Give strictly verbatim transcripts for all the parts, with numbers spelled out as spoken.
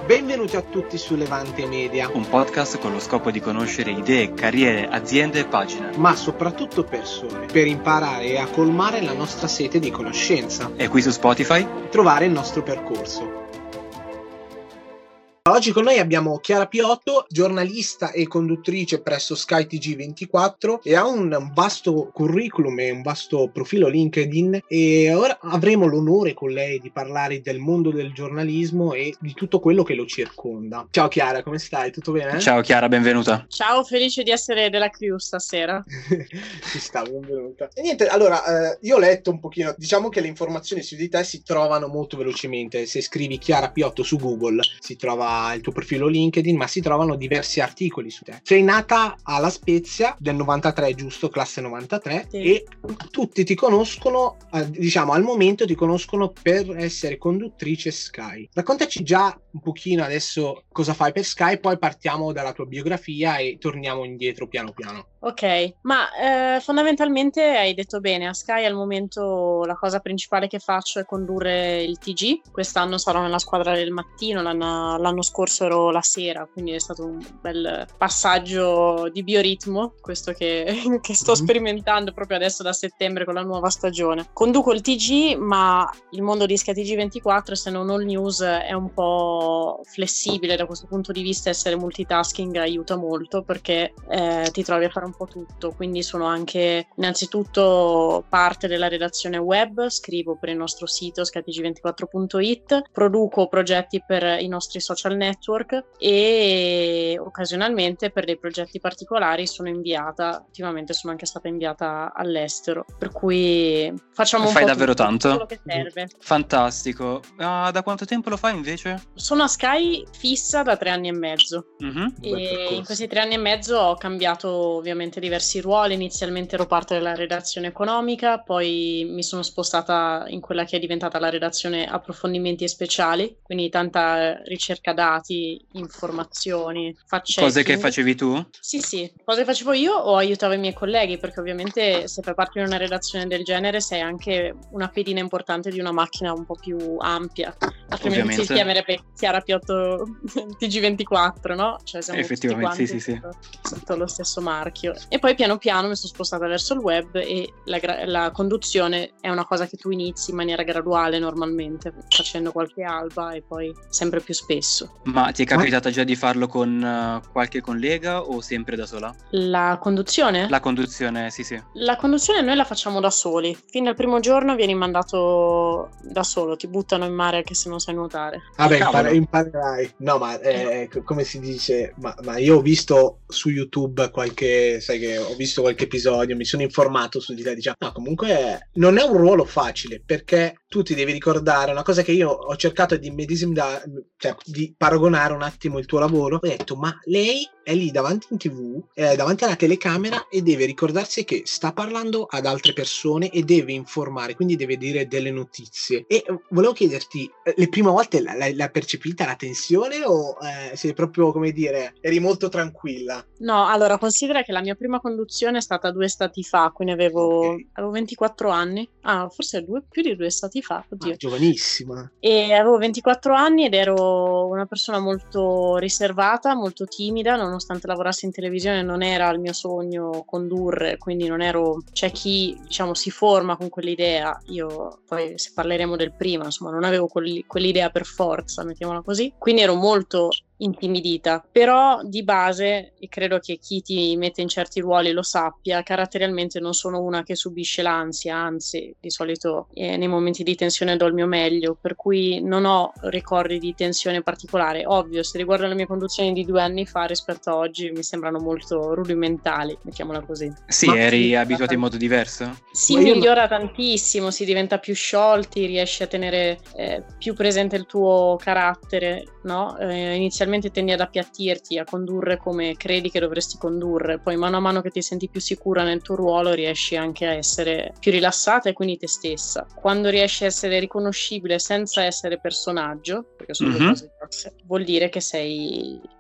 Benvenuti a tutti su Levante Media, un podcast con lo scopo di conoscere idee, carriere, aziende e pagine, ma soprattutto persone, per imparare a colmare la nostra sete di conoscenza e qui su Spotify trovare il nostro percorso. Oggi con noi abbiamo Chiara Piotto, giornalista e conduttrice presso Sky T G ventiquattro, e ha un vasto curriculum e un vasto profilo LinkedIn, e ora avremo l'onore con lei di parlare del mondo del giornalismo e di tutto quello che lo circonda. Ciao Chiara, come stai? Tutto bene? Ciao Chiara, benvenuta. Ciao, felice di essere della crew stasera. Ci sta, benvenuta. E niente, allora, eh, io ho letto un pochino, diciamo che le informazioni su di te si trovano molto velocemente. Se scrivi Chiara Piotto su Google si trova il tuo profilo LinkedIn, ma si trovano diversi articoli su te. Sei nata a La Spezia del novantatré, giusto? Classe novantatré, sì. E tutti ti conoscono, eh, diciamo al momento ti conoscono per essere conduttrice Sky. Raccontaci già un pochino adesso cosa fai per Sky, poi partiamo dalla tua biografia e torniamo indietro piano piano. Ok, ma eh, fondamentalmente hai detto bene, a Sky al momento la cosa principale che faccio è condurre il T G. Quest'anno sarò nella squadra del mattino, l'anno, l'anno scorso ero la sera, quindi è stato un bel passaggio di bioritmo, questo che, che sto sperimentando proprio adesso da settembre con la nuova stagione. Conduco il T G, ma il mondo di Sky T G ventiquattro, essendo un all news, è un po' flessibile da questo punto di vista. Essere multitasking aiuta molto perché eh, ti trovi a fare un po' tutto, quindi sono anche innanzitutto parte della redazione web, scrivo per il nostro sito sky t g ventiquattro punto it, produco progetti per i nostri social network e occasionalmente per dei progetti particolari sono inviata, ultimamente sono anche stata inviata all'estero, per cui facciamo un fai po' davvero tutto, tanto? quello che serve. Fantastico. Uh, da quanto tempo lo fai invece? Sono a Sky fissa da tre anni e mezzo. Mm-hmm. E in questi tre anni e mezzo ho cambiato ovviamente diversi ruoli. Inizialmente ero parte della redazione economica, poi mi sono spostata in quella che è diventata la redazione approfondimenti e speciali, quindi tanta ricerca dati, informazioni, fact-checking. Cose che facevi tu? Sì, sì, cose che facevo io o aiutavo i miei colleghi, perché ovviamente se fai parte di una redazione del genere sei anche una pedina importante di una macchina un po' più ampia, altrimenti ovviamente. si chiamerebbe Chiara Piotto T G ventiquattro, no? Cioè siamo effettivamente tutti sì, sì, sì. sotto, sotto lo stesso marchio. E poi piano piano mi sono spostata verso il web e la, gra- la conduzione è una cosa che tu inizi in maniera graduale normalmente, facendo qualche alba e poi sempre più spesso. Ma ti è capitata già di farlo con uh, qualche collega o sempre da sola? La conduzione? La conduzione, sì sì. La conduzione noi la facciamo da soli. Fin dal primo giorno vieni mandato da solo, ti buttano in mare anche se non sai nuotare. Vabbè, impar- imparerai. No, ma eh, come si dice, ma, ma io ho visto su YouTube qualche, sai che ho visto qualche episodio, mi sono informato su di te, diciamo, no, comunque non è un ruolo facile, perché tu ti devi ricordare una cosa che io ho cercato di medesima, cioè di paragonare un attimo il tuo lavoro. Ho detto, ma lei è lì davanti in tv, è davanti alla telecamera e deve ricordarsi che sta parlando ad altre persone e deve informare, quindi deve dire delle notizie. E volevo chiederti, le prime volte l'hai, l'hai percepita la tensione o eh, sei proprio, come dire, eri molto tranquilla? No, allora considera che la mia prima conduzione è stata due estati fa, quindi avevo, okay. avevo ventiquattro anni, ah forse due, più di due estati fa, oddio. Ah, giovanissima. E avevo ventiquattro anni ed ero una persona molto riservata, molto timida, nonostante lavorassi in televisione non era il mio sogno condurre, quindi non ero, c'è chi diciamo si forma con quell'idea, io poi se parleremo del prima, insomma non avevo quelli, quell'idea per forza, mettiamola così, quindi ero molto intimidita, però di base, e credo che chi ti mette in certi ruoli lo sappia, caratterialmente non sono una che subisce l'ansia, anzi di solito eh, nei momenti di tensione do il mio meglio, per cui non ho ricordi di tensione particolare. Ovvio, se riguarda le mie conduzioni di due anni fa rispetto a oggi mi sembrano molto rudimentali, mettiamola così. Sì, Ma eri sì, abituato in modo diverso? Si migliora tantissimo, si diventa più sciolti, riesci a tenere eh, più presente il tuo carattere, no? Eh, inizialmente tendi ad appiattirti, a condurre come credi che dovresti condurre, poi mano a mano che ti senti più sicura nel tuo ruolo riesci anche a essere più rilassata e quindi te stessa. Quando riesci a essere riconoscibile senza essere personaggio, perché sono mm-hmm. due cose diverse, vuol dire che sei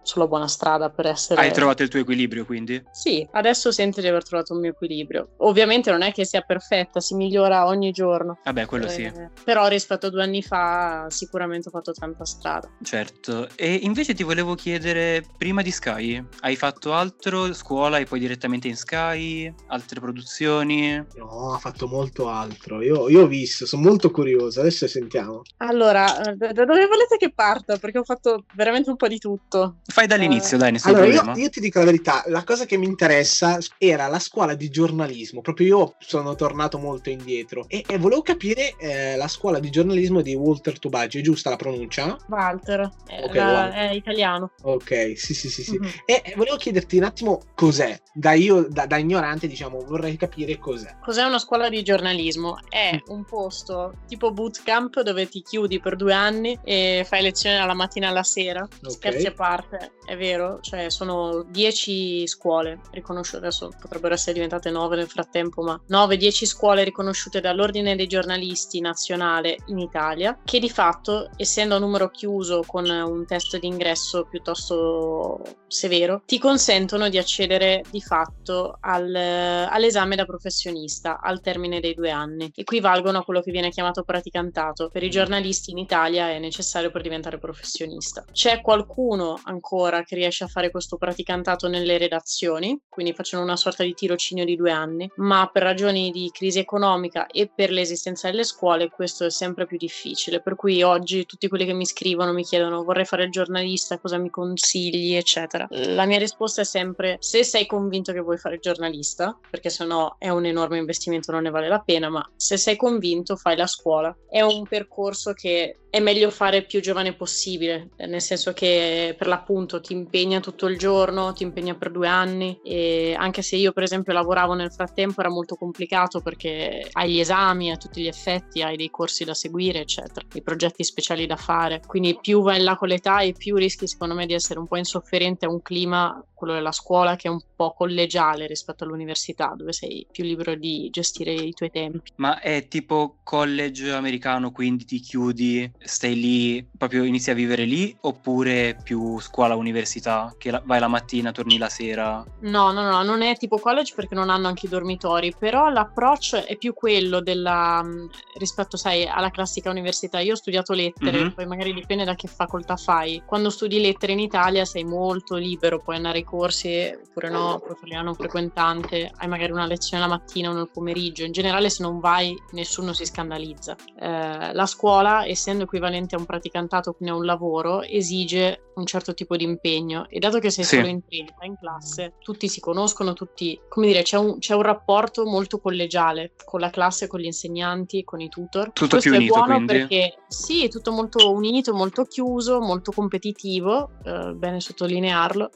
sulla buona strada per essere... Hai trovato il tuo equilibrio, quindi? Sì, adesso sento di aver trovato un mio equilibrio. Ovviamente non è che sia perfetta, si migliora ogni giorno. Vabbè, quello eh, sì. Però rispetto a due anni fa sicuramente ho fatto tanta strada. Certo. E invece ti volevo chiedere, prima di Sky, hai fatto altro? Scuola e poi direttamente in Sky? Altre produzioni? No, ho fatto molto altro. Io, io ho visto, sono molto curioso. Adesso sentiamo. Allora, da da dove volete che parta? Perché ho fatto veramente un po' di tutto. Fai dall'inizio, Eh, dai, nessun Allora, io, problema. io ti dico la verità, la cosa che mi interessa era la scuola di giornalismo. Proprio io sono tornato molto indietro e, e volevo capire eh, la scuola di giornalismo di Walter Tobagi, è giusta la pronuncia? Walter, è, Ok, la- Walter. è italiano. Ok, sì, sì, sì, sì. Mhm. E e volevo chiederti un attimo cos'è. Da io, da, da ignorante, diciamo, vorrei capire cos'è. Cos'è una scuola di giornalismo? È Mm. un posto tipo bootcamp dove ti chiudi per due anni e fai lezioni dalla mattina alla sera. Scherzi a Ok. parte, è vero, cioè sono dieci scuole riconosciute, adesso potrebbero essere diventate nove nel frattempo, ma nove dieci scuole riconosciute dall'Ordine dei giornalisti nazionale in Italia, che di fatto, essendo a numero chiuso con un test d'ingresso piuttosto severo, ti consentono di accedere di fatto al- all'esame da professionista al termine dei due anni. Equivalgono a quello che viene chiamato praticantato. Per i giornalisti in Italia è necessario per diventare professionista. C'è qualcuno ancora che riesce a fare questo praticantato nelle redazioni, quindi facendo una sorta di tirocinio di due anni, ma per ragioni di crisi economica e per l'esistenza delle scuole questo è sempre più difficile, per cui oggi tutti quelli che mi scrivono mi chiedono vorrei fare il giornalista, cosa mi consigli, eccetera. La mia risposta è sempre se sei convinto che vuoi fare il giornalista, perché sennò è un enorme investimento, non ne vale la pena, ma se sei convinto fai la scuola. È un percorso che è meglio fare più giovane possibile, nel senso che per l'appunto ti impegna tutto il giorno, ti impegna per due anni e anche se io per esempio lavoravo nel frattempo era molto complicato perché hai gli esami a tutti gli effetti, hai dei corsi da seguire eccetera, dei progetti speciali da fare, quindi più vai in là con l'età e più rischi secondo me di essere un po' insofferente a un clima, quello della scuola, che è un po' collegiale rispetto all'università dove sei più libero di gestire i tuoi tempi. Ma è tipo college americano, quindi ti chiudi, stai lì, proprio inizi a vivere lì, oppure più scuola università, che la- vai la mattina, torni la sera? No, no, no, non è tipo college perché non hanno anche i dormitori, però l'approccio è più quello della mh, rispetto, sai, alla classica università. Io ho studiato lettere, Mhm. poi magari dipende da che facoltà fai. Quando studi lettere in Italia sei molto libero, puoi andare ai corsi oppure no, puoi farli anno frequentante, hai magari una lezione la mattina o nel pomeriggio. In generale se non vai nessuno si scandalizza. Eh, la scuola, essendo equivalente a un praticantato, quindi a un lavoro, esige un certo tipo di impegno e dato che sei Sì. solo in trenta in classe, tutti si conoscono, tutti, come dire, c'è un, c'è un rapporto molto collegiale con la classe, con gli insegnanti, con i tutor. Tutto Questo più è unito, buono quindi? perché sì, è tutto molto unito, molto chiuso, molto competitivo, eh, bene sottolinearlo,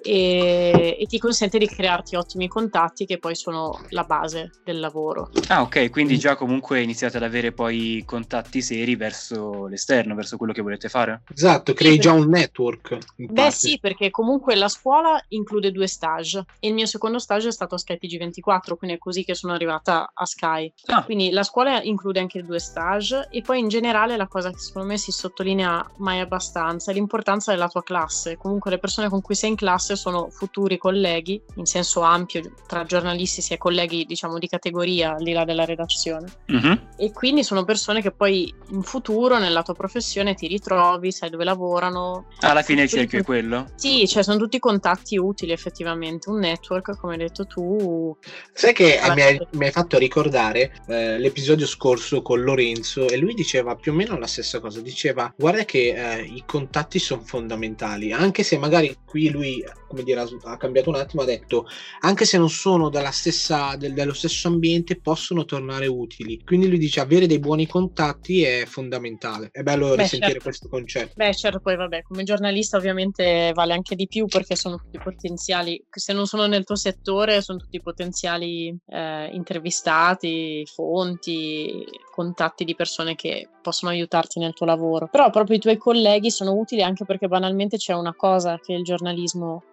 e, e ti consente di crearti ottimi contatti che poi sono la base del lavoro. Ah, ok, quindi già comunque iniziate ad avere poi contatti seri verso l'esterno, verso quello che volete fare? Esatto, crei Sì, già perché- un network in Beh parte. sì, perché comunque la scuola include due stage e il mio secondo stage è stato a Sky T G ventiquattro, quindi è così che sono arrivata a Sky. Ah, Quindi la scuola include anche due stage e poi in generale la cosa che secondo me si sottolinea mai abbastanza è l'importanza della tua classe. Comunque le persone con cui sei in classe sono futuri colleghi, in senso ampio, tra giornalisti sia colleghi diciamo di categoria al di là della redazione. mhm. E quindi sono persone che poi in futuro nella tua professione ti ritrovi, sai dove lavorano. Alla fine il Tutti- cerchio è quello? Sì, cioè sono tutti contatti utili effettivamente, un network come hai detto tu. Sai che eh, Alla- mi hai, mi hai fatto ricordare eh, l'episodio scorso con Lorenzo e lui diceva più o meno la stessa cosa, diceva guarda che eh, i contatti sono fondamentali, anche se magari qui lui come dire, ha, ha cambiato un attimo, ha detto anche se non sono dalla stessa, del- dello stesso ambiente possono tornare utili, quindi lui dice avere dei buoni contatti è fondamentale, è bello Beh, risentire certo. questo concetto. Beh, certo, poi vabbè, come giornalista ovviamente vale anche di più perché sono tutti potenziali, se non sono nel tuo settore, sono tutti potenziali eh, intervistati, fonti, contatti di persone che possono aiutarti nel tuo lavoro. Però proprio i tuoi colleghi sono utili anche perché banalmente c'è una cosa che il giornalismo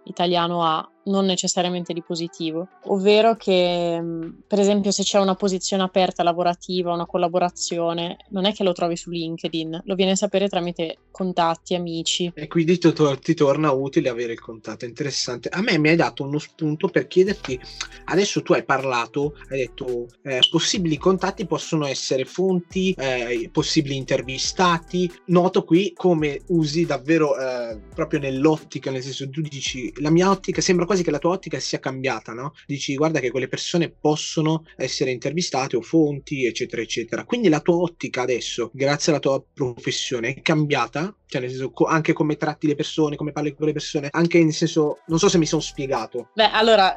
italiano ha non necessariamente di positivo, ovvero che per esempio se c'è una posizione aperta lavorativa, una collaborazione, non è che lo trovi su LinkedIn, lo viene a sapere tramite contatti, amici. E quindi ti, ti torna utile avere il contatto, interessante. A me mi hai dato uno spunto per chiederti, adesso tu hai parlato, hai detto eh, possibili contatti possono essere fonti, eh, possibili intervistati, noto qui come usi davvero eh, proprio nell'ottica, nel senso tu dici la mia ottica sembra quasi che la tua ottica sia cambiata, no? Dici guarda che quelle persone possono essere intervistate o fonti eccetera eccetera, quindi la tua ottica adesso grazie alla tua professione è cambiata, cioè nel senso co- anche come tratti le persone, come parli con le persone, anche nel senso, non so se mi sono spiegato. Beh, allora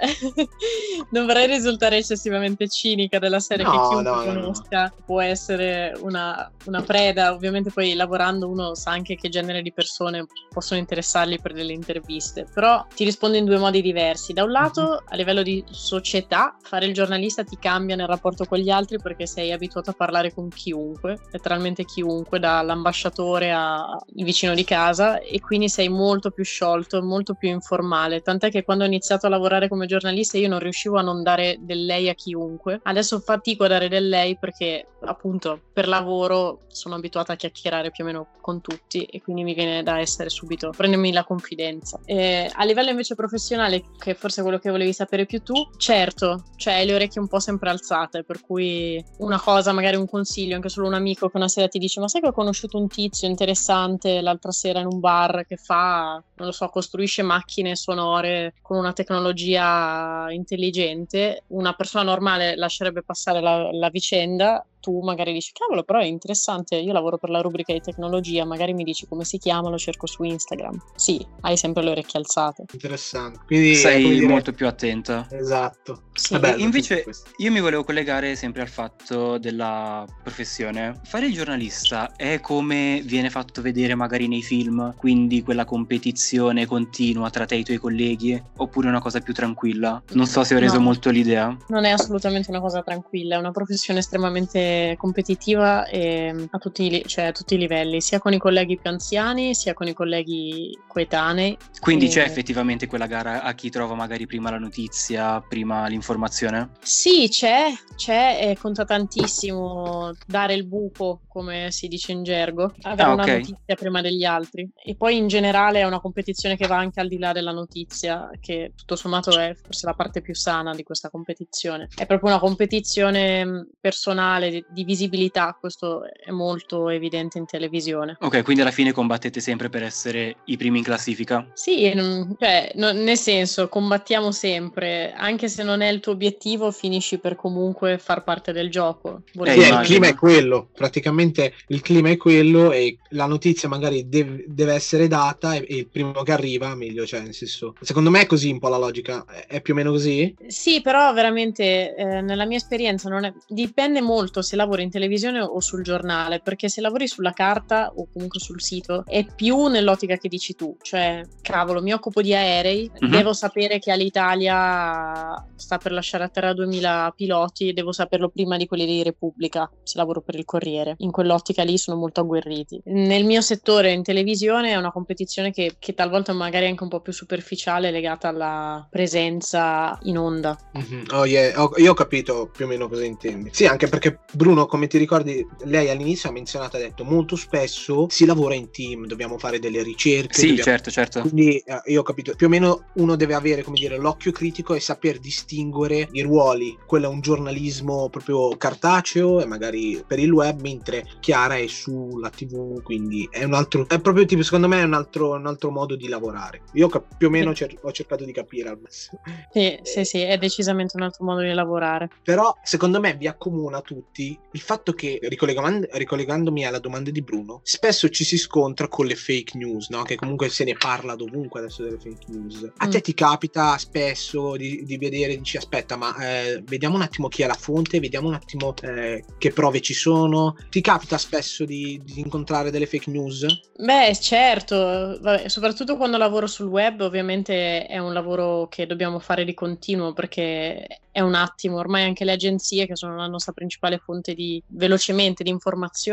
non vorrei risultare eccessivamente cinica della serie no, che chiunque no, conosca no. può essere una, una preda, ovviamente poi lavorando uno sa anche che genere di persone possono interessargli per delle interviste, però ti rispondo in due modi diversi. Da un lato, mm-hmm. a livello di società, fare il giornalista ti cambia nel rapporto con gli altri perché sei abituato a parlare con chiunque, letteralmente chiunque, dall'ambasciatore al vicino di casa, e quindi sei molto più sciolto, molto più informale, tant'è che quando ho iniziato a lavorare come giornalista io non riuscivo a non dare del lei a chiunque. Adesso fatico a dare del lei perché appunto per lavoro sono abituata a chiacchierare più o meno con tutti e quindi mi viene da essere subito, prendermi la confidenza. E a livello invece professionale, che forse è quello che volevi sapere più tu, certo, cioè hai le orecchie un po' sempre alzate, per cui una cosa, magari un consiglio, anche solo un amico che una sera ti dice ma sai che ho conosciuto un tizio interessante l'altra sera in un bar che fa, non lo so, costruisce macchine sonore con una tecnologia intelligente, una persona normale lascerebbe passare la, la vicenda, tu magari dici cavolo però è interessante, io lavoro per la rubrica di tecnologia, magari mi dici come si chiama, lo cerco su Instagram. Sì, hai sempre le orecchie alzate. Interessante, quindi sei dire... molto più attenta. Esatto. Sì. Vabbè, invece io mi volevo collegare sempre al fatto della professione. Fare il giornalista è come viene fatto vedere magari nei film, quindi quella competizione continua tra te e i tuoi colleghi, oppure una cosa più tranquilla? Non so se ho reso no, molto l'idea. Non è assolutamente una cosa tranquilla, è una professione estremamente competitiva e a tutti, i, cioè a tutti i livelli, sia con i colleghi più anziani sia con i colleghi coetanei. Quindi e... c'è effettivamente quella gara a chi trova magari prima la notizia, prima l'informazione? Sì, c'è, c'è e conta tantissimo dare il buco, come si dice in gergo, avere ah, una okay. notizia prima degli altri. E poi in generale è una competizione che va anche al di là della notizia, che tutto sommato è forse la parte più sana di questa competizione. È proprio una competizione personale, di, di visibilità, questo è molto evidente in televisione. Ok, quindi alla fine combattete sempre per essere i primi in classifica? Sì, non, cioè, no, nel senso, combattiamo sempre, anche se non è il tuo obiettivo, finisci per comunque far parte del gioco. Eh, sì, il clima è quello, praticamente il clima è quello e la notizia magari deve, deve essere data e, e il primo che arriva meglio, cioè nel senso, secondo me è così un po' la logica, è, è più o meno così? Sì, però veramente eh, nella mia esperienza non è, dipende molto se lavori in televisione o sul giornale, perché se lavori sulla carta o comunque sul sito è più nell'ottica che dici tu, cioè cavolo, mi occupo di aerei, mm-hmm. devo sapere che Alitalia sta per lasciare a terra duemila piloti, devo saperlo prima di quelli di Repubblica, se lavoro per il Corriere. In quell'ottica lì sono molto agguerriti. Nel mio settore in televisione è una competizione che, che talvolta magari è anche un po' più superficiale, legata alla presenza in onda. Mm-hmm. Oh yeah, oh, io ho capito più o meno cosa intendi. Sì, anche perché Bruno, come ti ricordi, lei all'inizio ha menzionato, ha detto molto spesso si lavora in team, dobbiamo fare delle ricerche. Sì, dobbiamo... certo, certo. Quindi eh, io ho capito, più o meno uno deve avere, come dire, l'occhio critico e saper distinguere i ruoli. Quello è un giornalismo proprio cartaceo e magari per il web, mentre Chiara è sulla tivù, quindi è un altro, è proprio tipo, secondo me è un altro, un altro modo di lavorare. Io cap- più o meno cer- ho cercato di capire al massimo. Sì, sì, sì, è decisamente un altro modo di lavorare. Però secondo me vi accomuna tutti il fatto che, ricollegando, ricollegandomi alla domanda di Bruno, spesso ci si scontra con le fake news, no? Che comunque se ne parla dovunque adesso delle fake news. A mm. te ti capita spesso di, di vedere, dici aspetta ma eh, vediamo un attimo chi è la fonte, vediamo un attimo eh, che prove ci sono. Ti capita spesso di, di incontrare delle fake news? Beh, certo, vabbè, soprattutto quando lavoro sul web, ovviamente è un lavoro che dobbiamo fare di continuo perché è un attimo, ormai anche le agenzie che sono la nostra principale fonte di velocemente di informazione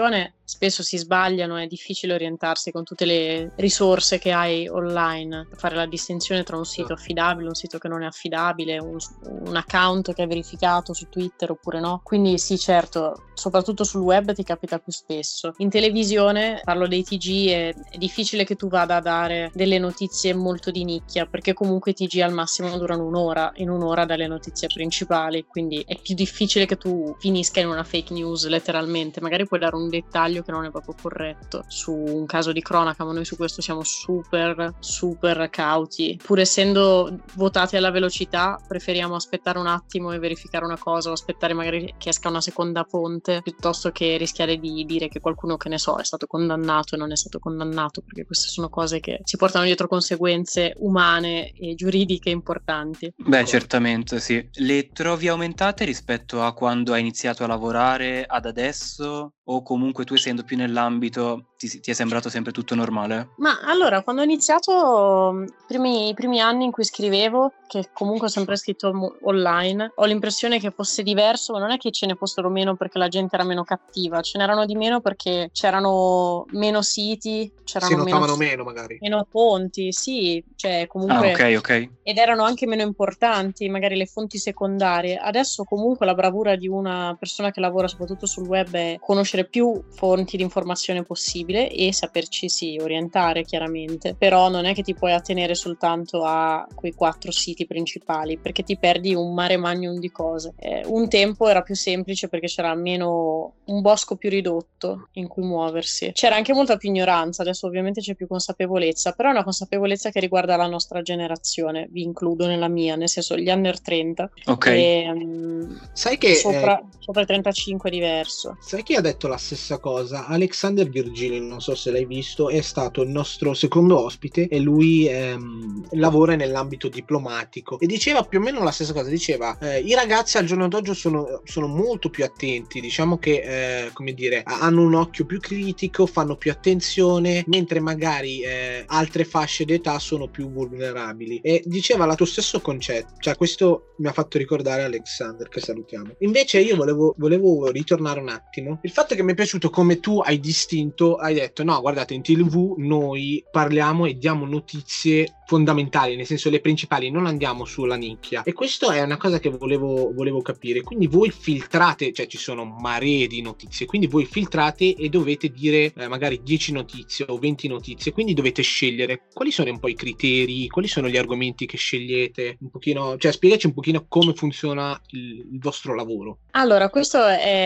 spesso si sbagliano, è difficile orientarsi con tutte le risorse che hai online, fare la distinzione tra un sito affidabile, un sito che non è affidabile, un, un account che è verificato su Twitter oppure no. Quindi sì, certo, soprattutto sul web ti capita più spesso. In televisione, parlo dei T G, è, è difficile che tu vada a dare delle notizie molto di nicchia, perché comunque i T G al massimo durano un'ora, in un'ora dalle notizie principali, quindi è più difficile che tu finisca in una fake news letteralmente. Magari puoi dare un dettaglio che non è proprio corretto su un caso di cronaca, ma noi su questo siamo super super cauti. Pur essendo votati alla velocità, preferiamo aspettare un attimo e verificare una cosa, o aspettare magari che esca una seconda fonte, piuttosto che rischiare di dire che qualcuno, che ne so, è stato condannato e non è stato condannato, perché queste sono cose che si portano dietro conseguenze umane e giuridiche importanti. Beh, certamente sì. Le trovi aumentate rispetto a quando hai iniziato a lavorare ad adesso, o comunque tu, essendo più nell'ambito, ti, ti è sembrato sempre tutto normale? Ma allora, quando ho iniziato, i primi, i primi anni in cui scrivevo, che comunque ho sempre scritto mo- online, ho l'impressione che fosse diverso, ma non è che ce ne fossero meno perché la gente era meno cattiva, ce n'erano di meno perché c'erano meno siti, c'erano si notavano meno, meno magari. meno fonti, sì, cioè comunque... Ah, ok, ok. Ed erano anche meno importanti, magari le fonti secondarie. Adesso comunque la bravura di una persona che lavora soprattutto sul web è conoscere più fonti di informazione possibile e saperci sì orientare, chiaramente. Però non è che ti puoi attenere soltanto a quei quattro siti principali, perché ti perdi un mare magnum di cose. Eh, un tempo era più semplice perché c'era meno, un bosco più ridotto in cui muoversi. C'era anche molta più ignoranza, adesso ovviamente c'è più consapevolezza, però è una consapevolezza che riguarda la nostra generazione. Vi includo nella mia, nel senso gli under trenta. Ok. E, um, sai che sopra, eh, sopra i trentacinque è diverso. Sai chi ha detto la stessa cosa? Alexander Virgilio, non so se l'hai visto, è stato il nostro secondo ospite e lui ehm, lavora nell'ambito diplomatico e diceva più o meno la stessa cosa. Diceva eh, i ragazzi al giorno d'oggi sono, sono molto più attenti, diciamo che eh, come dire, hanno un occhio più critico, fanno più attenzione, mentre magari eh, altre fasce d'età sono più vulnerabili. E diceva lo stesso concetto, cioè questo mi ha fatto ricordare Alexander, che salutiamo. Invece io volevo, volevo ritornare un attimo. Il fatto è che mi è piaciuto come tu hai distinto, hai detto no, guardate, in tivù noi parliamo e diamo notizie fondamentali, nel senso le principali, non andiamo sulla nicchia, e questo è una cosa che volevo, volevo capire. Quindi voi filtrate, cioè ci sono maree di notizie, quindi voi filtrate e dovete dire eh, magari dieci notizie o venti notizie, quindi dovete scegliere quali sono un po' i criteri, quali sono gli argomenti che scegliete, un pochino, cioè spiegaci un pochino come funziona il, il vostro lavoro. Allora, questo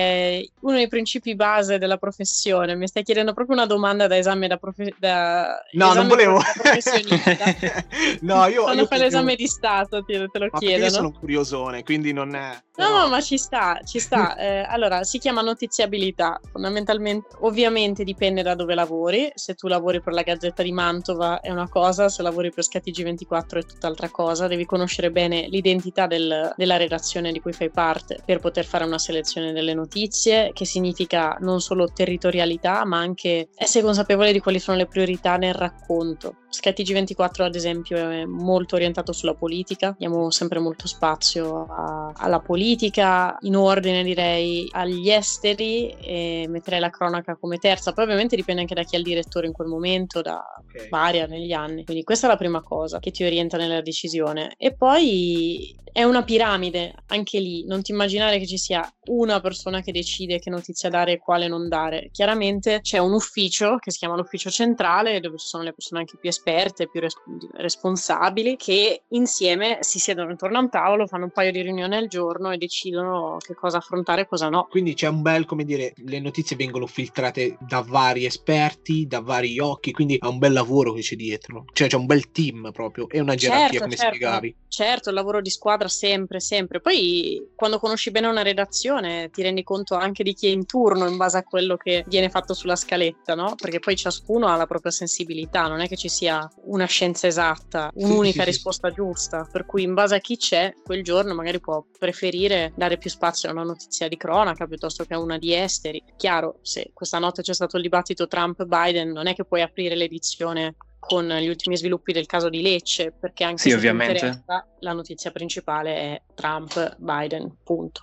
è uno dei principi base della professione. Mi stai chiedendo proprio una domanda da esame da, profe- da no, esame non volevo. da professionista. No, io quando io fai l'esame di Stato te, te lo ma chiedono. io sono un curiosone, quindi non è. No, no, ma ci sta, ci sta. Eh, allora, si chiama notiziabilità. Fondamentalmente, ovviamente dipende da dove lavori. Se tu lavori per la Gazzetta di Mantova è una cosa, se lavori per Sky T G ventiquattro è tutt'altra cosa. Devi conoscere bene l'identità del, della redazione di cui fai parte per poter fare una selezione delle notizie, che significa non solo territorialità, ma anche essere consapevole di quali sono le priorità nel racconto. Sky T G ventiquattro, ad esempio, è molto orientato sulla politica. Diamo sempre molto spazio a, alla politica, in ordine direi agli esteri, e metterei la cronaca come terza. Poi ovviamente dipende anche da chi è il direttore in quel momento, da okay. varia negli anni. Quindi questa è la prima cosa che ti orienta nella decisione. E poi è una piramide, anche lì. Non ti immaginare che ci sia una persona che decide che notizia dare e quale non dare. Chiaramente c'è un ufficio che si chiama l'ufficio centrale, dove ci sono le persone anche più esperte, più res- responsabili, che insieme si siedono intorno a un tavolo, fanno un paio di riunioni al giorno e decidono che cosa affrontare e cosa no. Quindi c'è un bel, come dire, le notizie vengono filtrate da vari esperti, da vari occhi, quindi è un bel lavoro che c'è dietro, cioè c'è un bel team proprio e una gerarchia, certo, come certo, spiegavi. Certo, il lavoro di squadra sempre, sempre. Poi quando conosci bene una redazione ti rendi conto anche di chi è in turno in base a quello che viene fatto sulla scaletta, no? Perché poi ciascuno ha la propria sensibilità, non è che ci sia una scienza esatta, un'unica sì, sì, risposta sì. giusta, per cui in base a chi c'è quel giorno magari può preferire dare più spazio a una notizia di cronaca piuttosto che a una di esteri. Chiaro, se questa notte c'è stato il dibattito Trump-Biden, non è che puoi aprire l'edizione con gli ultimi sviluppi del caso di Lecce, perché anche sì, se ovviamente. ti interessa, la notizia principale è Trump, Biden, punto.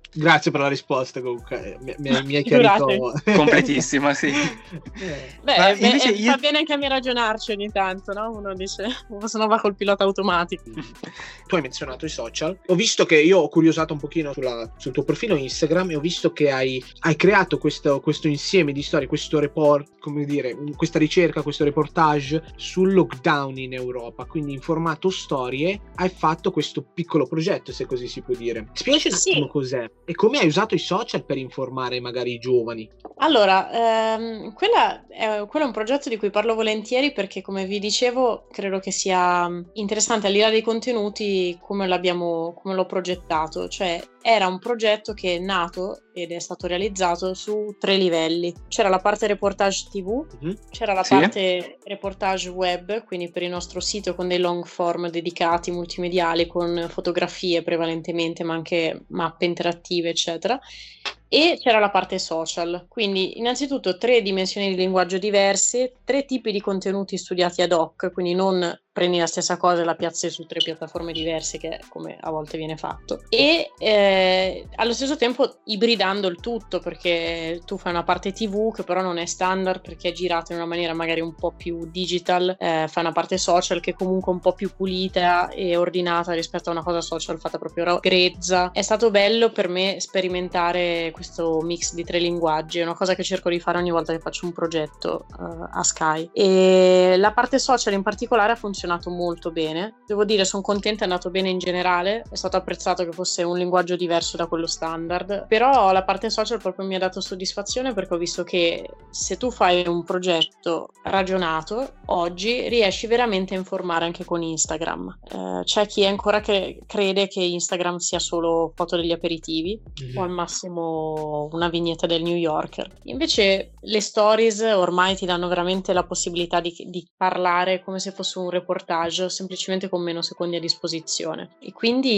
Grazie per la risposta, comunque mi, mi, mi hai chiarito. Completissima, sì. Eh. Beh, beh io... fa bene anche a me ragionarci ogni tanto, no? Uno dice, se no va col pilota automatico. Tu hai menzionato i social. Ho visto che io ho curiosato un pochino sulla, sul tuo profilo Instagram e ho visto che hai, hai creato questo, questo insieme di storie, questo report, come dire, questa ricerca, questo reportage sul lockdown in Europa, quindi in formato storie hai fatto questo piccolo progetto, se così si può dire. Spiegaci un attimo sì. Cos'è e come hai usato i social per informare magari i giovani. Allora, ehm, quella è, quello è un progetto di cui parlo volentieri perché, come vi dicevo, credo che sia interessante al di là dei contenuti come l'abbiamo, come l'ho progettato, cioè era un progetto che è nato ed è stato realizzato su tre livelli. C'era la parte reportage tivù, mm-hmm. c'era la sì. parte reportage web, quindi per il nostro sito con dei long form dedicati multimediali con fotografie prevalentemente, ma anche mappe interattive, eccetera. E c'era la parte social, quindi innanzitutto tre dimensioni di linguaggio diverse, tre tipi di contenuti studiati ad hoc, quindi non prendi la stessa cosa e la piazzi su tre piattaforme diverse, che è come a volte viene fatto, e eh, allo stesso tempo ibridando il tutto, perché tu fai una parte tivù che però non è standard perché è girata in una maniera magari un po' più digital, eh, fai una parte social che è comunque un po' più pulita e ordinata rispetto a una cosa social fatta proprio grezza. È stato bello per me sperimentare questo mix di tre linguaggi, è una cosa che cerco di fare ogni volta che faccio un progetto uh, a Sky, e la parte social in particolare ha funzionato molto bene, devo dire, sono contenta, è andato bene in generale, è stato apprezzato che fosse un linguaggio diverso da quello standard, però la parte social proprio mi ha dato soddisfazione perché ho visto che se tu fai un progetto ragionato oggi riesci veramente a informare anche con Instagram. Eh, c'è chi ancora che crede che Instagram sia solo foto degli aperitivi mm-hmm. o al massimo una vignetta del New Yorker, invece le stories ormai ti danno veramente la possibilità di, di parlare come se fosse un reportage, semplicemente con meno secondi a disposizione, e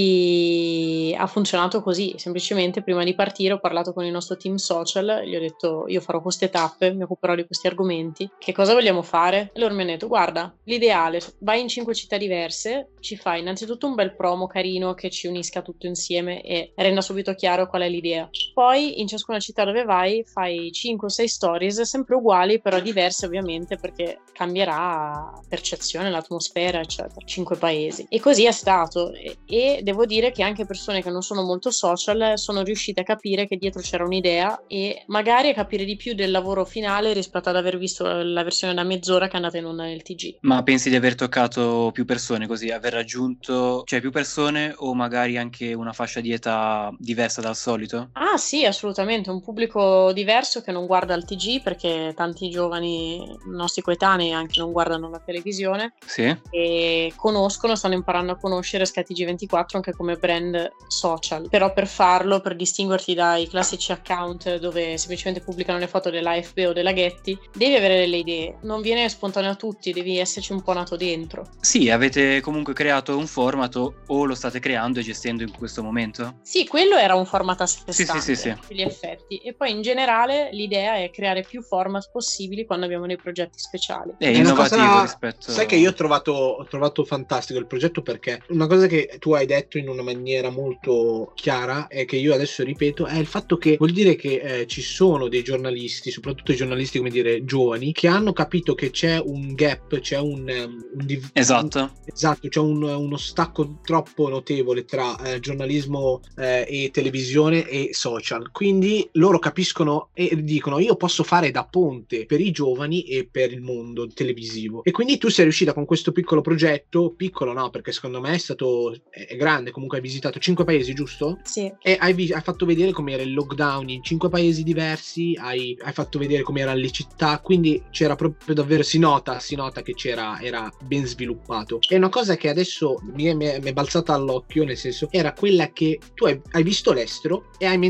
quindi ha funzionato così. Semplicemente prima di partire ho parlato con il nostro team social, gli ho detto io farò queste tappe, mi occuperò di questi argomenti, che cosa vogliamo fare? E loro mi hanno detto guarda, l'ideale, vai in cinque città diverse, ci fai innanzitutto un bel promo carino che ci unisca tutto insieme e renda subito chiaro qual è l'idea, poi in ciascuna città dove vai fai cinque o sei stories sempre uguali però diverse ovviamente perché cambierà percezione, l'atmosfera eccetera, cinque paesi, e così è stato, e, e devo dire che anche persone che non sono molto social sono riuscite a capire che dietro c'era un'idea e magari a capire di più del lavoro finale rispetto ad aver visto la versione da mezz'ora che è andata in onda nel T G. Ma pensi di aver toccato più persone così, aver raggiunto cioè più persone o magari anche una fascia di età diversa dal solito? Ah sì, assolutamente, un pubblico diverso che non guarda il T G perché tanti giovani nostri coetanei anche non guardano la televisione. Sì. E conoscono, stanno imparando a conoscere Sky T G ventiquattro anche come brand social, però per farlo, per distinguerti dai classici account dove semplicemente pubblicano le foto dell'A F B o della Getty, devi avere delle idee, non viene spontaneo a tutti, devi esserci un po' nato dentro. Sì, avete comunque creato un format o lo state creando e gestendo in questo momento? Sì, quello era un format a sé stante, sì, sì, sì, sì. Gli effetti, e poi in generale l'idea è creare più format possibili quando abbiamo dei progetti speciali. È innovativo cosa... rispetto... Sai che io ho trovato, ho trovato fantastico il progetto perché una cosa che tu hai detto in una maniera molto chiara e che io adesso ripeto è il fatto che vuol dire che eh, ci sono dei giornalisti, soprattutto i giornalisti come dire giovani, che hanno capito che c'è un gap, c'è un, um, un div- esatto un, esatto c'è un, uno stacco troppo notevole tra eh, giornalismo eh, e televisione e social, quindi loro capiscono e dicono io posso fare da ponte per i giovani e per il mondo televisivo, e quindi tu sei riuscita con questo piccolo progetto, piccolo no perché secondo me è stato è grande, comunque hai visitato cinque paesi, giusto? Sì. E hai, vi- hai fatto vedere come era il lockdown in cinque paesi diversi, hai, hai fatto vedere come erano le città, quindi c'era proprio davvero, si nota, si nota che c'era, era ben sviluppato. E una cosa che adesso mi è, mi è, mi è balzata all'occhio, nel senso, era quella che tu hai, hai visto l'estero e hai menzionato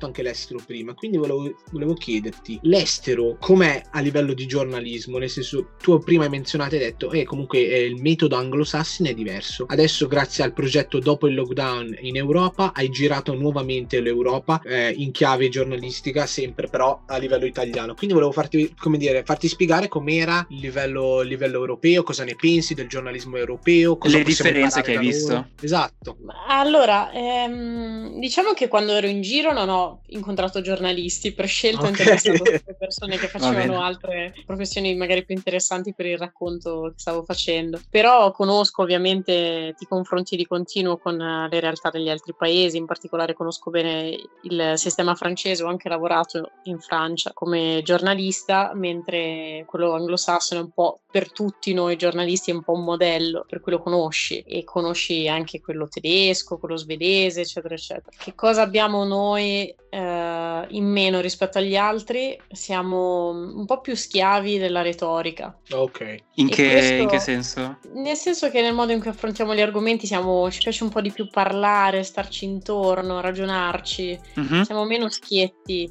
citato anche l'estero prima, quindi volevo, volevo chiederti, l'estero com'è a livello di giornalismo? Nel senso, tu prima hai menzionato, hai detto, eh, comunque eh, il metodo anglosassone è diverso. Adesso, grazie al progetto Dopo il Lockdown in Europa, hai girato nuovamente l'Europa eh, in chiave giornalistica, sempre però a livello italiano. Quindi volevo farti, come dire, farti spiegare com'era il livello, il livello europeo, cosa ne pensi del giornalismo europeo, cosa le differenze che hai visto. Loro. Esatto. Allora, ehm, diciamo che quando ero in giro non ho incontrato giornalisti, per scelta ho Okay. intervistato tutte persone che Va bene. facevano altre professioni magari più interessanti per il racconto che stavo facendo. Però conosco, ovviamente, ti confronti di continuo con eh, le realtà degli altri paesi, in particolare conosco bene il sistema francese, ho anche lavorato in Francia come giornalista, mentre quello anglosassone è un po' per tutti noi giornalisti, è un po' un modello, per cui lo conosci e conosci anche quello tedesco, quello svedese, eccetera, eccetera. Che cosa abbiamo noi eh, in meno rispetto agli altri? Siamo un po' più schiavi della retorica. Ok. In E che, questo- in che senso? Nel senso che nel modo in cui affrontiamo gli argomenti siamo, ci piace un po' di più parlare, starci intorno, ragionarci, Mhm. siamo meno schietti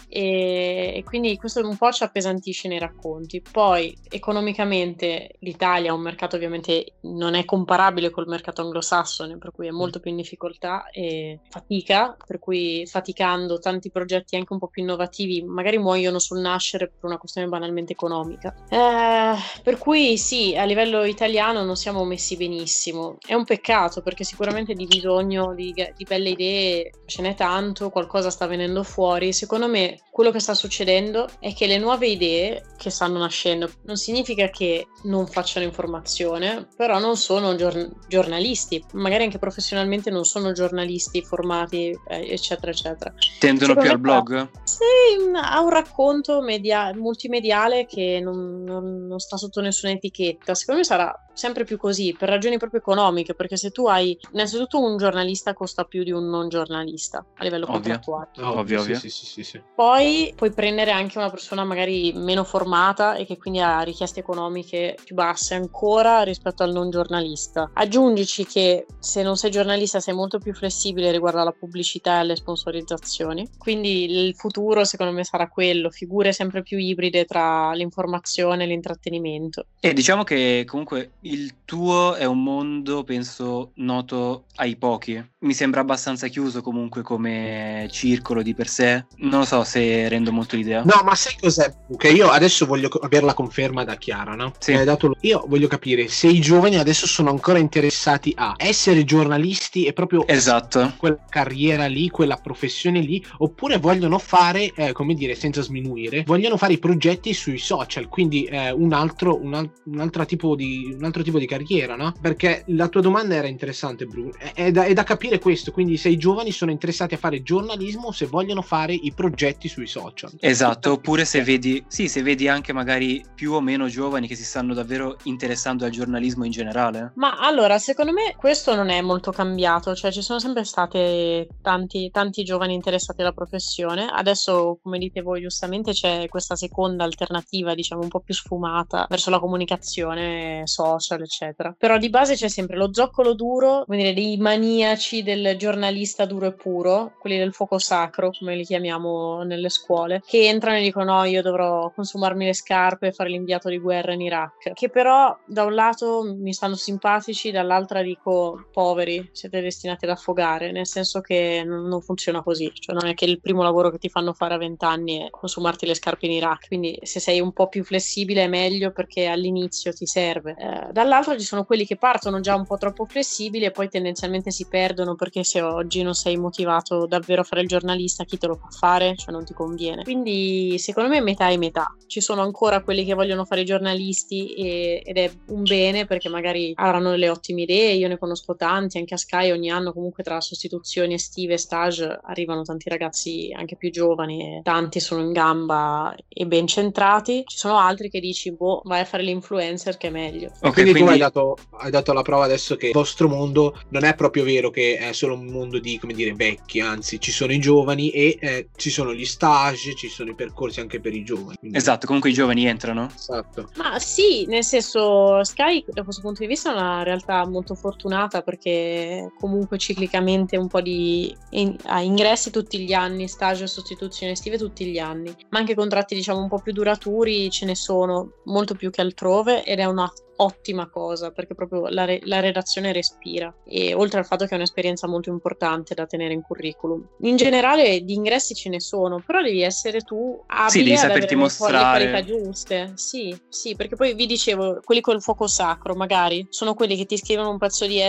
e, e quindi questo un po' ci appesantisce nei racconti. Poi economicamente l'Italia ha un mercato, ovviamente non è comparabile col mercato anglosassone, per cui è molto più in difficoltà e fatica, per cui faticando tanti progetti anche un po' più innovativi magari muoiono sul nascere per una questione banalmente economica. Eh, per cui sì, a livello italiano non siamo messi benissimo. È un peccato, perché sicuramente di bisogno di, di belle idee ce n'è tanto, qualcosa sta venendo fuori. Secondo me quello che sta succedendo è che le nuove idee che stanno nascendo non significa che non facciano informazione, però non sono gior- giornalisti, magari anche professionalmente non sono giornalisti formati, eh, eccetera, eccetera. Tendono Secondo più me al blog? Sì, un- ha un racconto media- multimediale che non, non- non sta sotto nessuna etichetta. Secondo me sarà sempre più così, per ragioni proprio economiche, perché se tu hai, innanzitutto, un giornalista costa più di un non giornalista a livello Ovvio. contrattuale. Ovvio, sì, ovvio. Sì, sì, sì, sì. Poi puoi prendere anche una persona magari meno formata e che quindi ha richieste economiche più basse ancora rispetto al non giornalista. Aggiungici che se non sei giornalista sei molto più flessibile riguardo alla pubblicità e alle sponsorizzazioni, quindi il futuro secondo me sarà quello, figure sempre più ibride tra l'informazione e l'intrattenimento. E diciamo che comunque il tuo è un mondo, penso, noto ai pochi. Mi sembra abbastanza chiuso comunque come circolo di per sé. Non lo so se rendo molto l'idea. No, ma sai cos'è? Che io adesso voglio co- avere la conferma da Chiara, no? Sì. Che hai dato lo- Io voglio capire se i giovani adesso sono ancora interessati a essere giornalisti e proprio Esatto. quella carriera lì, quella professione lì, oppure vogliono fare, eh, come dire, senza sminuire, vogliono fare i progetti sui social, quindi eh, un altro un, al- un altro tipo di un altro tipo di carriera, no? Perché la tua domanda era interessante, Bruno. È, è da, è da capire questo, quindi se i giovani sono interessati a fare giornalismo, se vogliono fare i progetti sui social. Esatto, oppure se vedi, sì, se vedi anche magari più o meno giovani che si stanno davvero interessando al giornalismo in generale. Ma allora, secondo me questo non è molto cambiato, cioè ci sono sempre state tanti, tanti giovani interessati alla professione. Adesso, come dite voi giustamente, c'è questa seconda alternativa, diciamo un po' più sfumata verso la comunicazione social, eccetera. Però di base c'è sempre lo zoccolo duro, come dire, dei maniaci del giornalista duro e puro, quelli del fuoco sacro, come li chiamiamo nelle scuole, che entrano e dicono no, io dovrò consumarmi le scarpe e fare l'inviato di guerra in Iraq, che però da un lato mi stanno simpatici, dall'altra dico poveri, siete destinati ad affogare, nel senso che non, non funziona così, cioè non è che il primo lavoro che ti fanno fare a vent'anni è consumarti le scarpe in Iraq, quindi se sei un po' più flessibile è meglio perché all'inizio ti serve. Eh, dall'altro ci sono quelli che partono già un po' troppo flessibili e poi tendenzialmente si perdono, perché se oggi non sei motivato davvero a fare il giornalista, chi te lo fa fare? Cioè non ti conviene. Quindi secondo me metà e metà. Ci sono ancora quelli che vogliono fare i giornalisti e, ed è un bene, perché magari avranno delle ottime idee, io ne conosco tanti, anche a Sky ogni anno comunque tra sostituzioni estive e stage arrivano tanti ragazzi anche più giovani e tanti sono in gamba e ben centrati. Ci sono altri che dici boh, vai a fare l'influencer che è meglio. Ok, quindi, tu quindi hai dato, hai dato la prova adesso che il vostro mondo non è proprio vero che è solo un mondo di, come dire, vecchi, anzi ci sono i giovani e eh, ci sono gli star stage, ci sono i percorsi anche per i giovani. Quindi... Esatto, comunque i giovani entrano. Esatto. Ma sì, nel senso, Sky da questo punto di vista è una realtà molto fortunata, perché comunque ciclicamente un po' di in- ha ingressi tutti gli anni, stage e sostituzioni estive tutti gli anni, ma anche contratti diciamo un po' più duraturi ce ne sono molto più che altrove, ed è una ottima cosa, perché proprio la, re- la redazione respira, e oltre al fatto che è un'esperienza molto importante da tenere in curriculum. In generale di ingressi ce ne sono, però devi essere tu abile Sì, devi ad saperti avere le, mostrare. le qualità giuste. Sì, sì, perché poi vi dicevo, quelli col fuoco sacro magari sono quelli che ti scrivono un pezzo di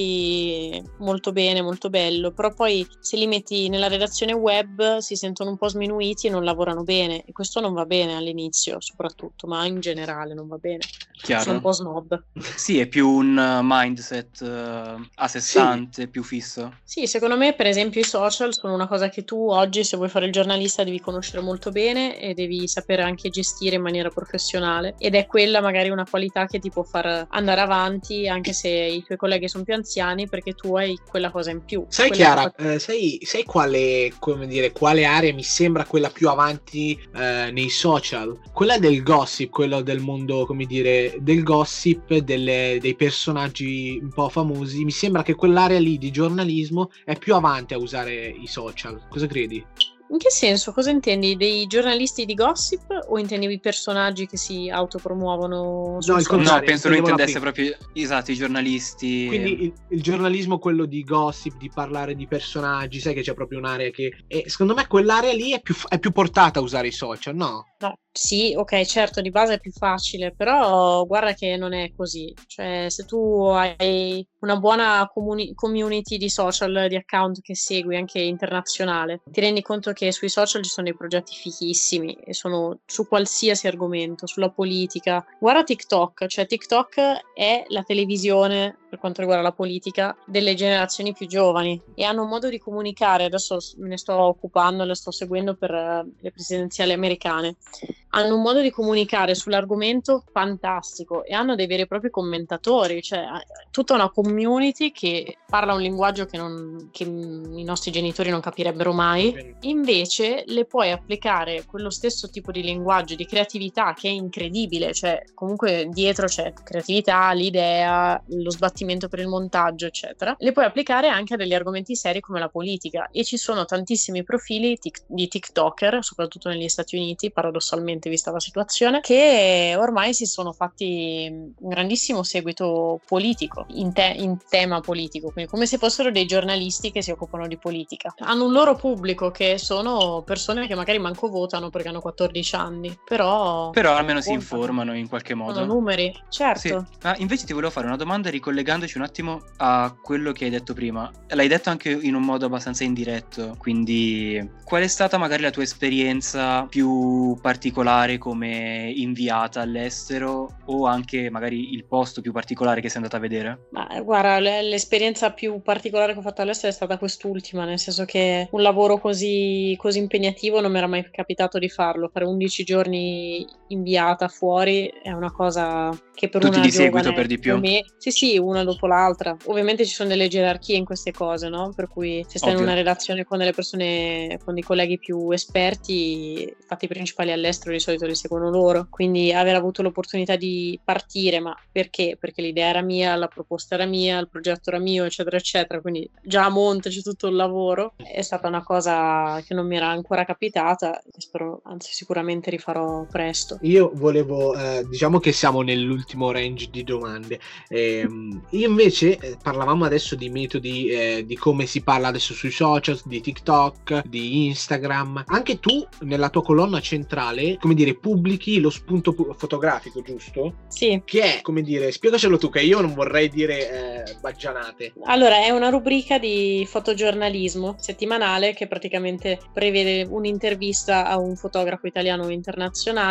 esteri molto bene, molto bello, però poi se li metti nella redazione web si sentono un po' sminuiti e non lavorano bene, e questo non va bene all'inizio soprattutto, ma in generale non va bene. Chiaro. Sono un po' snob. Sì, è più un uh, mindset uh, a sé stante, sì. Più fisso. Sì, secondo me per esempio i social sono una cosa che tu oggi, se vuoi fare il giornalista, devi conoscere molto bene e devi sapere anche gestire in maniera professionale, ed è quella magari una qualità che ti può far andare avanti anche se i tuoi colleghi sono più anziani, perché tu hai quella cosa in più. Sai quella Chiara, cosa... eh, sai, sai quale, come dire, quale area mi sembra quella più avanti eh, nei social? Quella del gossip, quello del mondo, come dire, del gossip, delle, dei personaggi un po' famosi. Mi sembra che quell'area lì di giornalismo è più avanti a usare i social. Cosa credi? In che senso? Cosa intendi? Dei giornalisti di gossip o intendevi personaggi che si autopromuovono? No, il contrario, no, penso lo intendevo la intendesse prima. proprio, esatto, i giornalisti. Quindi il, il giornalismo, quello di gossip, di parlare di personaggi, sai che c'è proprio un'area che... E secondo me quell'area lì è più, è più portata a usare i social, no? No, sì, ok, certo, di base è più facile, però guarda che non è così. Cioè, se tu hai una buona comuni- community di social, di account che segui anche internazionale, ti rendi conto che sui social ci sono dei progetti fighissimi e sono su qualsiasi argomento, sulla politica. Guarda TikTok, cioè TikTok è la televisione per quanto riguarda la politica delle generazioni più giovani, e hanno un modo di comunicare. Adesso me ne sto occupando, le sto seguendo per uh, le presidenziali americane. Hanno un modo di comunicare sull'argomento fantastico e hanno dei veri e propri commentatori, cioè tutta una community che parla un linguaggio che, non, che i nostri genitori non capirebbero mai. Invece le puoi applicare quello stesso tipo di linguaggio, di creatività, che è incredibile, cioè comunque dietro c'è creatività, l'idea, lo sbattimento per il montaggio, eccetera. Le puoi applicare anche a degli argomenti seri come la politica, e ci sono tantissimi profili tic- di TikToker, soprattutto negli Stati Uniti, paradossalmente vista la situazione, che ormai si sono fatti un grandissimo seguito politico, in, te- in tema politico, quindi come se fossero dei giornalisti che si occupano di politica. Hanno un loro pubblico che sono persone che magari manco votano perché hanno quattordici anni, però... Però almeno si contano. informano in qualche modo. Sono numeri, certo. Sì. Ah, invece ti volevo fare una domanda ricollegandoci un attimo a quello che hai detto prima. L'hai detto anche in un modo abbastanza indiretto, quindi qual è stata magari la tua esperienza più particolare come inviata all'estero, o anche magari il posto più particolare che sei andata a vedere? Ma guarda, l- l'esperienza più particolare che ho fatto all'estero è stata quest'ultima, nel senso che un lavoro così, così impegnativo non mi era mai capitato di farlo. Fare undici giorni inviata fuori è una cosa che per Tutti una di seguito giovane per di più? come me, sì sì, una dopo l'altra. Ovviamente ci sono delle gerarchie in queste cose, no? Per cui se stai Ovvio. in una relazione con delle persone, con dei colleghi più esperti, i fatti principali all'estero di solito li seguono loro, quindi aver avuto l'opportunità di partire, ma perché? Perché l'idea era mia, la proposta era mia, il progetto era mio, eccetera eccetera, quindi già a monte c'è tutto il lavoro, è stata una cosa che non mi era ancora capitata e spero, anzi sicuramente rifarò presto. Io volevo, eh, diciamo che siamo nell'ultimo range di domande. Ehm, io invece eh, parlavamo adesso di metodi, eh, di come si parla adesso sui social, di TikTok, di Instagram. Anche tu nella tua colonna centrale, come dire, pubblichi lo spunto pu- fotografico, giusto? Sì. Che è, come dire, spiegacelo tu, che io non vorrei dire eh, baggianate. Allora, è una rubrica di fotogiornalismo settimanale che praticamente prevede un'intervista a un fotografo italiano o internazionale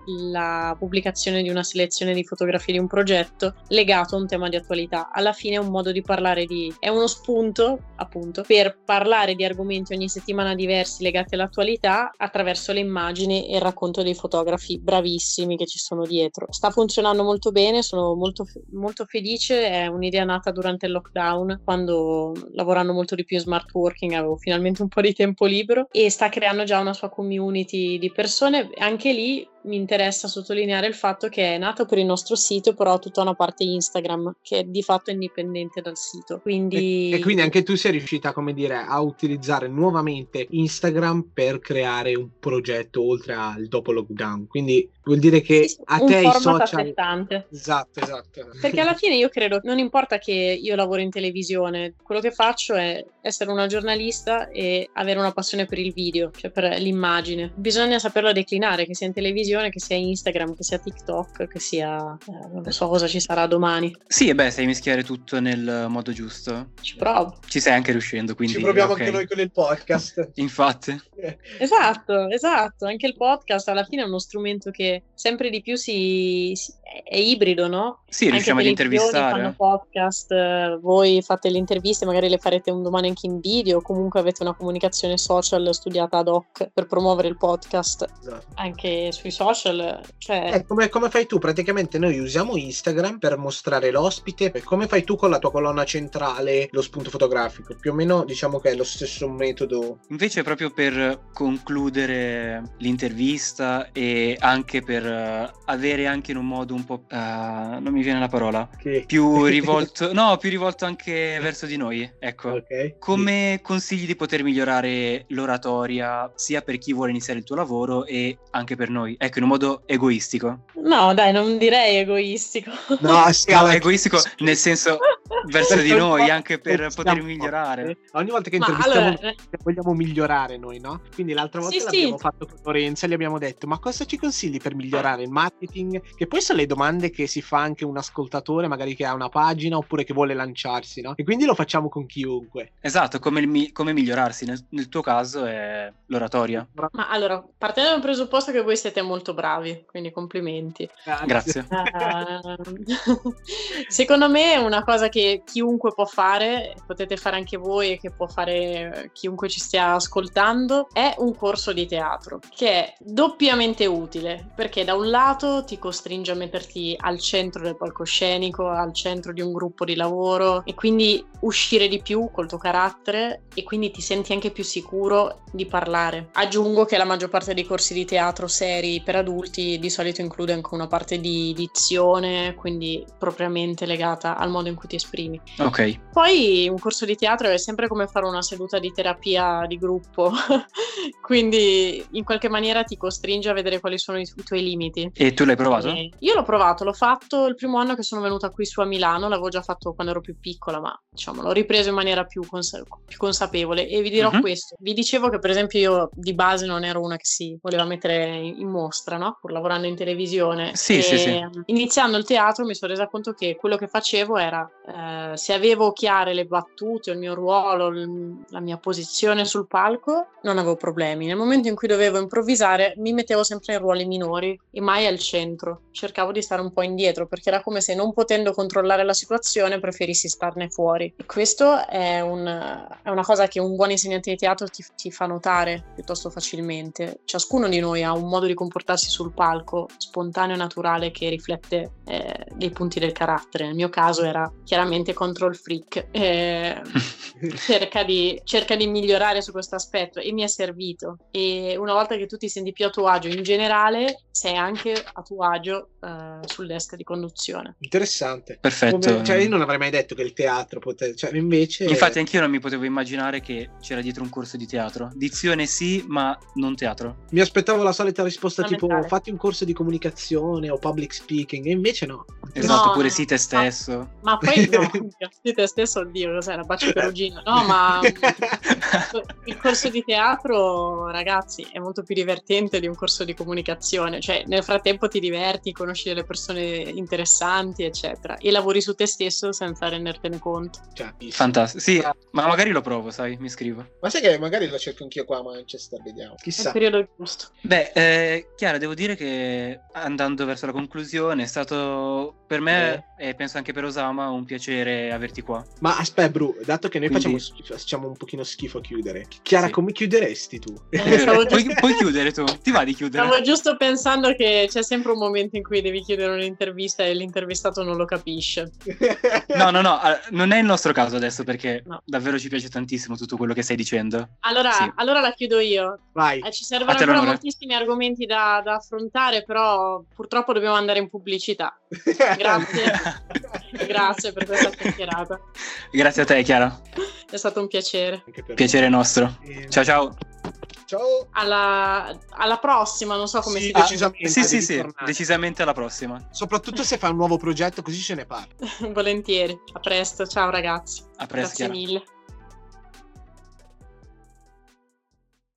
la pubblicazione di una selezione di fotografie di un progetto legato a un tema di attualità. Alla fine è un modo di parlare di... è uno spunto, appunto, per parlare di argomenti ogni settimana diversi legati all'attualità attraverso le immagini e il racconto dei fotografi bravissimi che ci sono dietro. Sta funzionando molto bene, sono molto, molto felice, è un'idea nata durante il lockdown, quando lavorando molto di più in smart working avevo finalmente un po' di tempo libero, e sta creando già una sua community di persone. Anche lì mi interessa sottolineare il fatto che è nato per il nostro sito, però ha tutta una parte Instagram che di fatto è indipendente dal sito. Quindi... E, e quindi anche tu sei riuscita, come dire, a utilizzare nuovamente Instagram per creare un progetto oltre al dopo lockdown. Quindi vuol dire che sì, a un te i format social... a sé stante. Esatto, esatto. Perché alla fine io credo, non importa che io lavoro in televisione, quello che faccio è essere una giornalista e avere una passione per il video, cioè per l'immagine. Bisogna saperla declinare, che sia in televisione, che sia Instagram, che sia TikTok, che sia... Eh, non so cosa ci sarà domani. Sì, e beh, sai mischiare tutto nel modo giusto. Ci provo. Ci stai anche riuscendo, quindi... Ci proviamo okay. Anche noi con il podcast. Infatti. Esatto, esatto. Anche il podcast alla fine è uno strumento che sempre di più si... si è ibrido, no? Sì, riusciamo ad intervistare. Fanno podcast, voi fate le interviste, magari le farete un domani anche in video, comunque avete una comunicazione social studiata ad hoc per promuovere il podcast. Esatto. Anche sui social, cioè... Eh, come, come fai tu? Praticamente noi usiamo Instagram per mostrare l'ospite, e come fai tu con la tua colonna centrale lo spunto fotografico? Più o meno diciamo che è lo stesso metodo. Invece proprio per concludere l'intervista e anche per uh, avere anche in un modo un po' uh, non mi viene la parola che... più rivolto no più rivolto anche verso di noi, ecco, okay. Come sì. Consigli di poter migliorare l'oratoria sia per chi vuole iniziare il tuo lavoro e anche per noi, ecco, in un modo egoistico? No dai, non direi egoistico. No, sì, no, egoistico nel senso verso di noi, anche per poter migliorare. Ogni volta che Ma intervistiamo allora... vogliamo migliorare noi, no? Quindi l'altra volta sì, l'abbiamo sì. fatto con Lorenza e gli abbiamo detto: ma cosa ci consigli per migliorare il marketing? Che poi sono le domande che si fa anche un ascoltatore magari che ha una pagina oppure che vuole lanciarsi, no? E quindi lo facciamo con chiunque. Esatto, come, il, come migliorarsi, nel, nel tuo caso è l'oratoria. Ma allora, partendo dal presupposto che voi siete molto bravi, quindi complimenti. Grazie. Uh, secondo me è una cosa che chiunque può fare, potete fare anche voi e che può fare chiunque ci stia ascoltando, è un corso di teatro, che è doppiamente utile, perché da un lato ti costringe a metterti al centro del palcoscenico, al centro di un gruppo di lavoro, e quindi uscire di più col tuo carattere, e quindi ti senti anche più sicuro di parlare. Aggiungo che la maggior parte dei corsi di teatro seri per adulti di solito include anche una parte di dizione, quindi propriamente legata al modo in cui ti esprimi. Ok. Poi un corso di teatro è sempre come fare una seduta di terapia di gruppo, quindi in qualche maniera ti costringe a vedere quali sono i, i tuoi limiti. E tu l'hai provato? E io l'ho provato, l'ho fatto il primo anno che sono venuta qui su a Milano, l'avevo già fatto quando ero più piccola, ma diciamo l'ho ripreso in maniera più, cons- più consapevole, e vi dirò uh-huh. questo. Vi dicevo che per esempio io di base non ero una che si voleva mettere in mostra, no? Pur lavorando in televisione. Sì, e sì, sì. Iniziando il teatro mi sono resa conto che quello che facevo era, eh, se avevo chiare le battute, il mio ruolo, l- la mia posizione sul palco, non avevo problemi. Nel momento in cui dovevo improvvisare mi mettevo sempre in ruoli minori e mai al centro. Cercavo di stare un po' indietro, perché era come se, non potendo controllare la situazione, preferissi starne fuori. E questo è, un, è una cosa che un buon insegnante di teatro ti, ti fa notare piuttosto facilmente. Ciascuno di noi ha un modo di comportarsi sul palco spontaneo e naturale che riflette eh, dei punti del carattere. Nel mio caso era chiaramente control freak, eh, cerca, di, cerca di migliorare su questo aspetto, e mi è servito. E una volta che tu ti senti più a tuo agio in generale, sei anche a tuo agio eh, sul desk di conduzione. Interessante. Perfetto. Come, cioè io non avrei mai detto che il teatro poteva, cioè invece infatti anch'io non mi potevo immaginare che c'era dietro un corso di teatro. Dizione sì, ma non teatro. Mi aspettavo la solita risposta tipo fatti un corso di comunicazione o public speaking, e invece no. Esatto, no, pure no, sì te stesso. Ma, ma poi no, di te stesso, oddio, cos'è la bacio perugina? No, ma il corso di teatro, ragazzi, è molto più divertente di un corso di comunicazione, cioè nel frattempo ti diverti, conosci delle persone interessanti, eccetera, e lavori su te stesso senza rendertene conto. Cioè, Fantastico, sì, ma magari lo provo, sai, mi iscrivo. ma sai che magari lo cerco anch'io qua a Manchester, vediamo. È Chissà. il periodo giusto. Beh, eh, Chiara, devo dire che andando verso la conclusione è stato per me e penso anche per Osama un piacere averti qua. Ma aspetta, Bru, dato che noi Quindi- facciamo, schifo- facciamo un pochino schifo a chiudere, Chiara, Sì. come chiuderesti tu? Eh, stavo, puoi, giusto, puoi chiudere tu, ti va di chiudere? stavo giusto pensando che c'è sempre un momento in cui devi chiudere un'intervista e l'intervistato non lo capisce. No, no, no, eh, non è il nostro caso adesso perché No. davvero ci piace tantissimo tutto quello che stai dicendo. Allora, Sì. allora la chiudo io. Vai. Eh, ci servono A te ancora l'onore. moltissimi argomenti da, da affrontare, però purtroppo dobbiamo andare in pubblicità. Grazie, grazie per questa chiacchierata. Grazie a te, Chiara. È stato un piacere. Anche per Piacere nostro. me. Ciao, ciao. Ciao. Alla, alla prossima, non so come Sì, si Ah, dice. decisamente. sì, sì, devi sì, tornare. decisamente alla prossima. Soprattutto se fai un nuovo progetto, così ce ne parli. Volentieri. A presto, ciao ragazzi. A presto, Grazie Chiara. mille.